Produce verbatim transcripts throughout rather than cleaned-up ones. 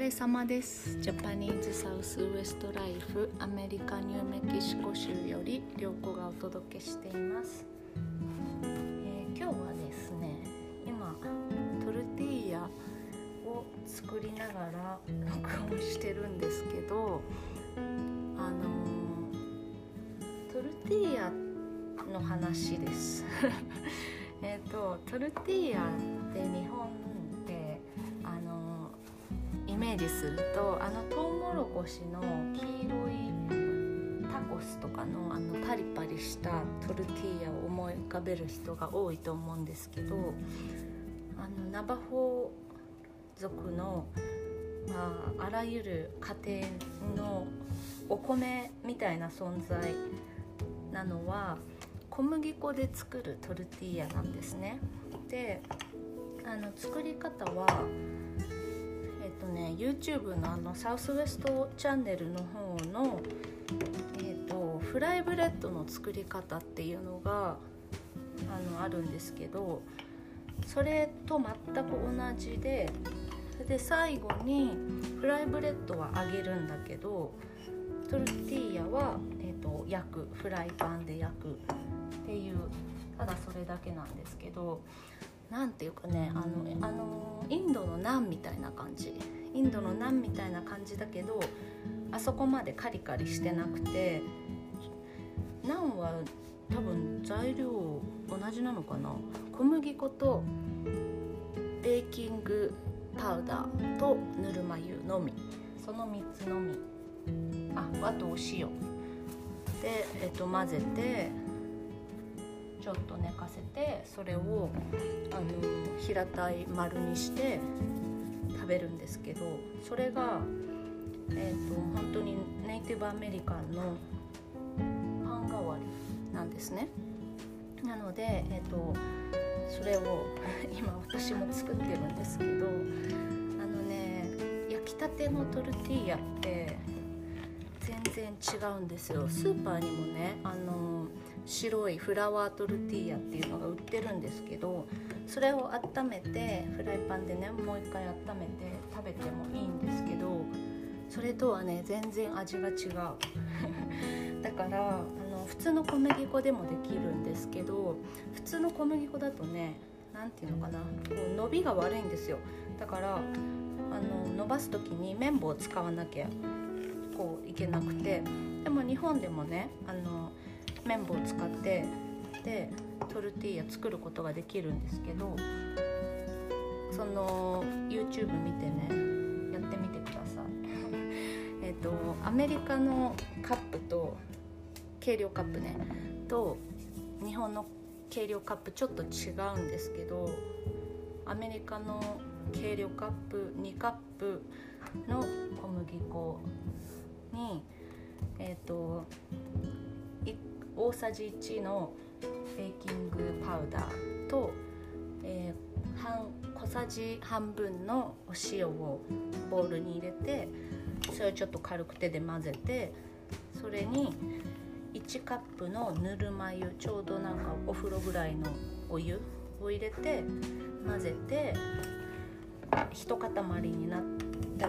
れ様です。ジャパニーズサウスウエストライフアメリカニューメキシコ州より涼子がお届けしています。えー、今日はですね、今トルティーヤを作りながら録音してるんですけど、あのー、トルティーヤの話です。えっとトルティーヤって日本であのイメージすると、あのトウモロコシの黄色いタコスとかのあのパリパリしたトルティーヤを思い浮かべる人が多いと思うんですけど、あのナバホ族の、まあ、あらゆる家庭のお米みたいな存在なのは小麦粉で作るトルティーヤなんですね。で、あの作り方はえっとね YouTube のあのサウスウエストチャンネルの方のえっとフライブレッドの作り方っていうのがあのあるんですけど、それと全く同じで、で最後にフライブレッドは揚げるんだけど、トルティーヤはえっと焼く、フライパンで焼くっていう、ただそれだけなんですけど、なんていうかね、あのあのインドのナンみたいな感じインドのナンみたいな感じだけど、あそこまでカリカリしてなくて、ナンは多分材料同じなのかな。小麦粉とベーキングパウダーとぬるま湯のみ、そのみっつのみ、あ、あとお塩で、えっと、混ぜてちょっと寝かせて、それをあの平たい丸にして食べるんですけど、それが、えー、と本当にネイティブアメリカンのパン代わりなんですね。なので、えー、とそれを今私も作ってるんですけど、あのね焼きたてのトルティーヤって全然違うんですよ。スーパーにもね、あの白いフラワートルティーヤっていうのが売ってるんですけど、それを温めてフライパンでねもう一回温めて食べてもいいんですけど、それとはね全然味が違うだからあの普通の小麦粉でもできるんですけど、普通の小麦粉だとね、なんていうのかな、こう伸びが悪いんですよ。だからあの伸ばす時に綿棒を使わなきゃこういけなくて、でも日本でもね、あの綿棒を使ってでトルティーヤ作ることができるんですけど、その YouTube 見てねやってみてくださいえっとアメリカのカップと計量カップねと日本の計量カップちょっと違うんですけど、アメリカの計量カップにカップの小麦粉にえっと大さじいちのベーキングパウダーと、えー、半小さじ半分のお塩をボウルに入れて、それをちょっと軽く手で混ぜて、それにいちカップのぬるま湯、ちょうどなんかお風呂ぐらいのお湯を入れて混ぜて、一塊になった、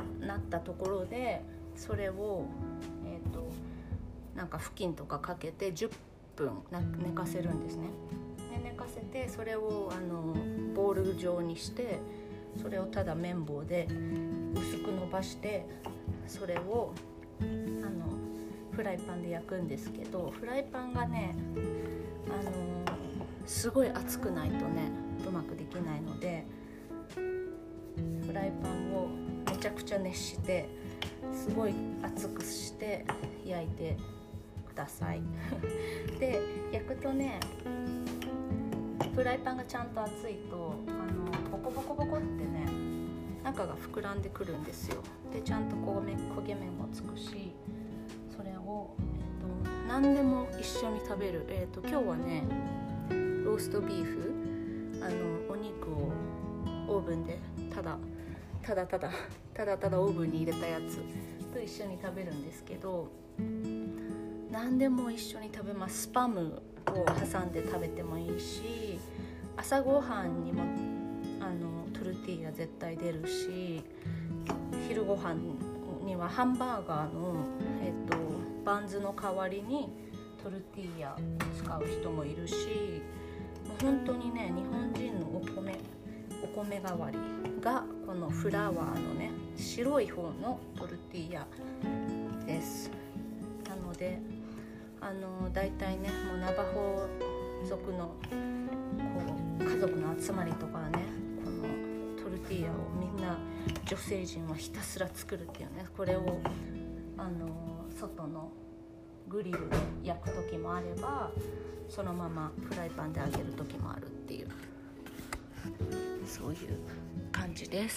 なったところで、それをえっとなんか布巾とかかけてじゅっぷん寝かせるんですね。で寝かせて、それをあのボール状にして、それをただ綿棒で薄く伸ばして、それをあのフライパンで焼くんですけど、フライパンがね、あのすごい熱くないとねうまくできないので、フライパンをめちゃくちゃ熱してすごい熱くして焼いてくださいで焼くとね、フライパンがちゃんと熱いとあのボコボコボコってね中が膨らんでくるんですよ。でちゃんと焦げ焦げ目もつくし、それを、えー、と何でも一緒に食べる、えー、と今日はねローストビーフ、あのお肉をオーブンでただただただただただオーブンに入れたやつと一緒に食べるんですけど、何でも一緒に食べます。スパムを挟んで食べてもいいし、朝ごはんにもあのトルティーヤ絶対出るし、 昼ご飯にはハンバーガーの、えっと、バンズの代わりにトルティーヤ使う人もいるし、もう本当にね日本人のお米お米代わりがこのフラワーのね白い方のトルティーヤです。なのであのだいたいねもうナバホ族のこう家族の集まりとかね、このトルティーヤをみんな女性陣はひたすら作るっていうね、これをあの外のグリルで焼く時もあれば、そのままフライパンで揚げる時もあるっていう、そういう感じです。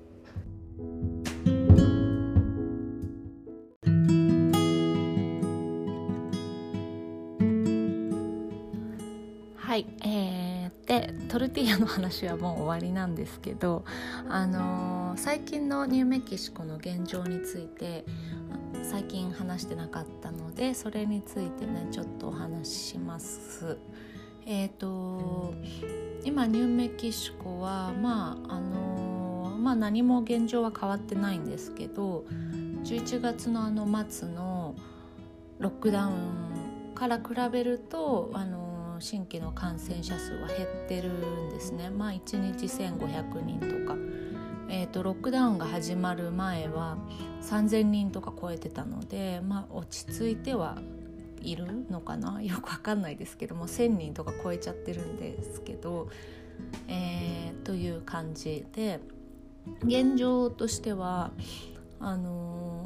はい、えー、でトルティーヤの話はもう終わりなんですけど、あのー、最近のニューメキシコの現状について最近話してなかったので、それについてねちょっとお話しします。えーと今ニューメキシコはまああのー、まあ何も現状は変わってないんですけど、じゅういちがつのあの末のロックダウンから比べるとあのー新規の感染者数は減ってるんですね。まあいちにちせんごひゃくにんとか、えーと、ロックダウンが始まる前はさんぜんにんとか超えてたので、まあ落ち着いてはいるのかな、よくわかんないですけども、せんにんとか超えちゃってるんですけど、えー、という感じで、現状としてはあの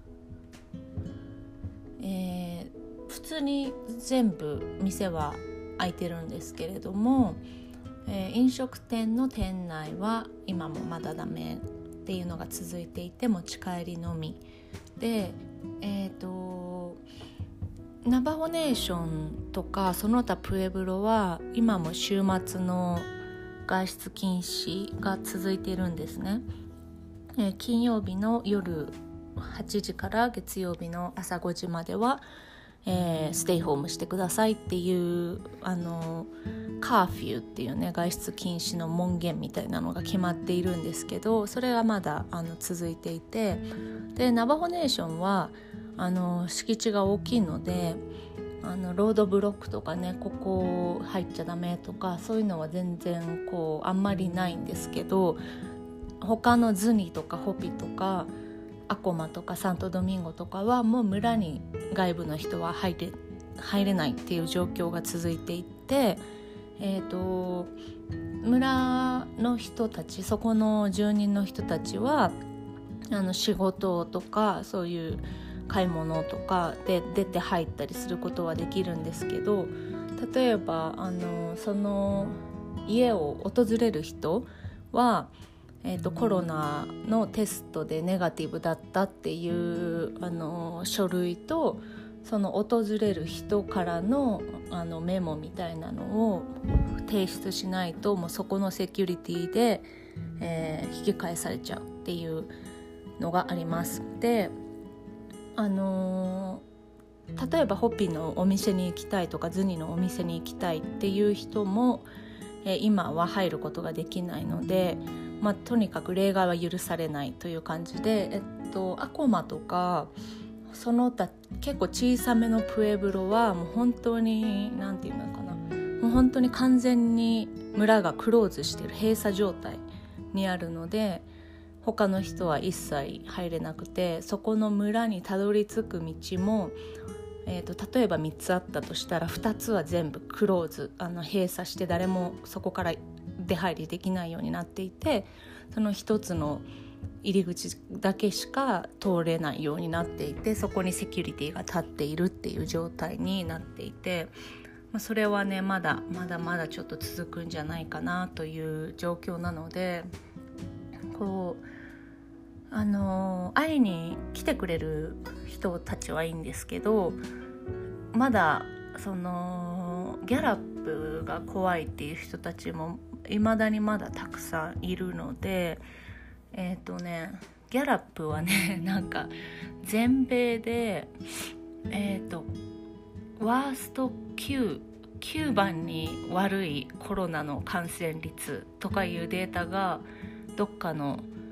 ーえー、普通に全部店は開いてるんですけれども、えー、飲食店の店内は今もまだダメっていうのが続いていて、持ち帰りのみで、えーとナバホネーションとかその他プエブロは今も週末の外出禁止が続いているんですね。えー、金曜日の夜はちじから月曜日の朝ごじまではえー、ステイホームしてくださいっていうあのカーフィーっていうね外出禁止の門限みたいなのが決まっているんですけど、それがまだあの続いていて、でナバホネーションはあの敷地が大きいので、あのロードブロックとかね、ここ入っちゃダメとかそういうのは全然こうあんまりないんですけど、他のズニとかホピとかアコマとかサントドミンゴとかはもう村に外部の人は入れ、入れないっていう状況が続いていて、えーと、村の人たち、そこの住人の人たちはあの仕事とかそういう買い物とかで出て入ったりすることはできるんですけど、例えばあのその家を訪れる人はえーと、コロナのテストでネガティブだったっていうあの書類と、その訪れる人からの、あのメモみたいなのを提出しないと、もうそこのセキュリティで、えー、引き返されちゃうっていうのがあります。で、あのー、例えばホッピーのお店に行きたいとかズニのお店に行きたいっていう人も、えー、今は入ることができないので、まあ、とにかく例外は許されないという感じで、えっと、アコマとかその他結構小さめのプエブロはもう本当になんていうのかな、もう本当に完全に村がクローズしてる閉鎖状態にあるので、他の人は一切入れなくて、そこの村にたどり着く道も、えーと、例えばみっつあったとしたらふたつは全部クローズ、あの閉鎖して誰もそこから出入りできないようになっていて、その一つの入り口だけしか通れないようになっていて、そこにセキュリティが立っているっていう状態になっていて、まあ、それはねまだまだまだちょっと続くんじゃないかなという状況なので、こうあの会いに来てくれる人たちはいいんですけど、まだそのギャラップが怖いっていう人たちも未だにまだたくさんいるので、えっとねギャラップはねなんか全米でえっとワーストきゅう、きゅうばんに悪いコロナの感染率とかいうデータがどっかの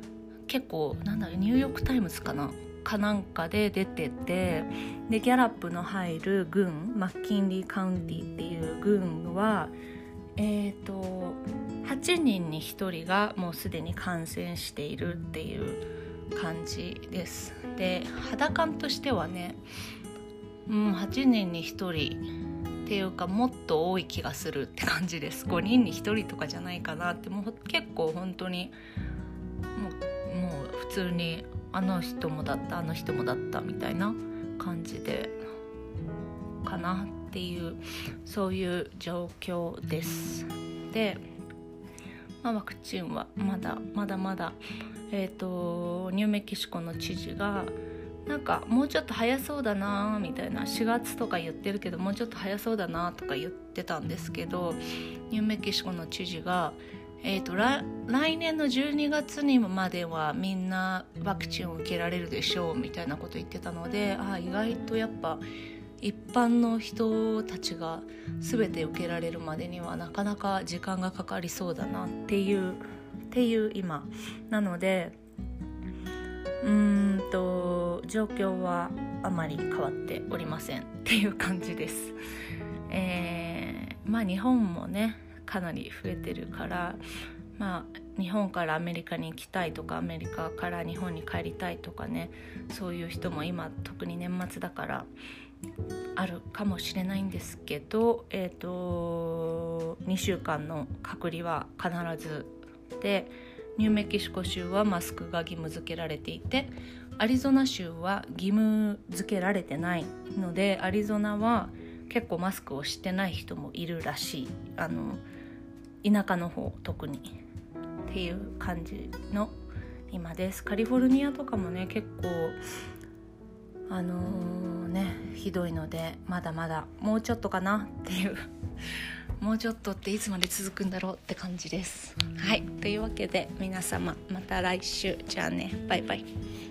結構なんだろうニューヨークタイムズかなかなんかで出てて、でギャラップの入る郡マッキンリーカウンティっていう郡はえーとはちにんにひとりがもうすでに感染しているっていう感じです。で肌感としてはね、うん、はちにんにひとりっていうかもっと多い気がするって感じです。ごにんにひとりとかじゃないかなって、もう結構本当にもう、もう普通にあの人もだったあの人もだったみたいな感じでかなっていう、そういう状況です。で、まあ、ワクチンはまだまだまだ、えーと、ニューメキシコの知事がなんかもうちょっと早そうだなみたいな、しがつとか言ってるけどもうちょっと早そうだなとか言ってたんですけど、ニューメキシコの知事がえーと、来, 来年のじゅうにがつにまではみんなワクチンを受けられるでしょうみたいなこと言ってたので、あ意外とやっぱ一般の人たちが全て受けられるまでにはなかなか時間がかかりそうだなっていうっていう今なので、うーんと状況はあまり変わっておりませんっていう感じです。えー、まあ日本もねかなり増えてるから、まあ、日本からアメリカに行きたいとかアメリカから日本に帰りたいとかね、そういう人も今特に年末だからあるかもしれないんですけど、えーと、にしゅうかんの隔離は必ずで、ニューメキシコ州はマスクが義務付けられていて、アリゾナ州は義務付けられてないので、アリゾナは結構マスクをしてない人もいるらしい。あの田舎の方特にっていう感じの今です。カリフォルニアとかもね結構あのー、ねひどいので、まだまだもうちょっとかなっていうもうちょっとっていつまで続くんだろうって感じです。はい、というわけで皆様また来週、じゃあね、バイバイ。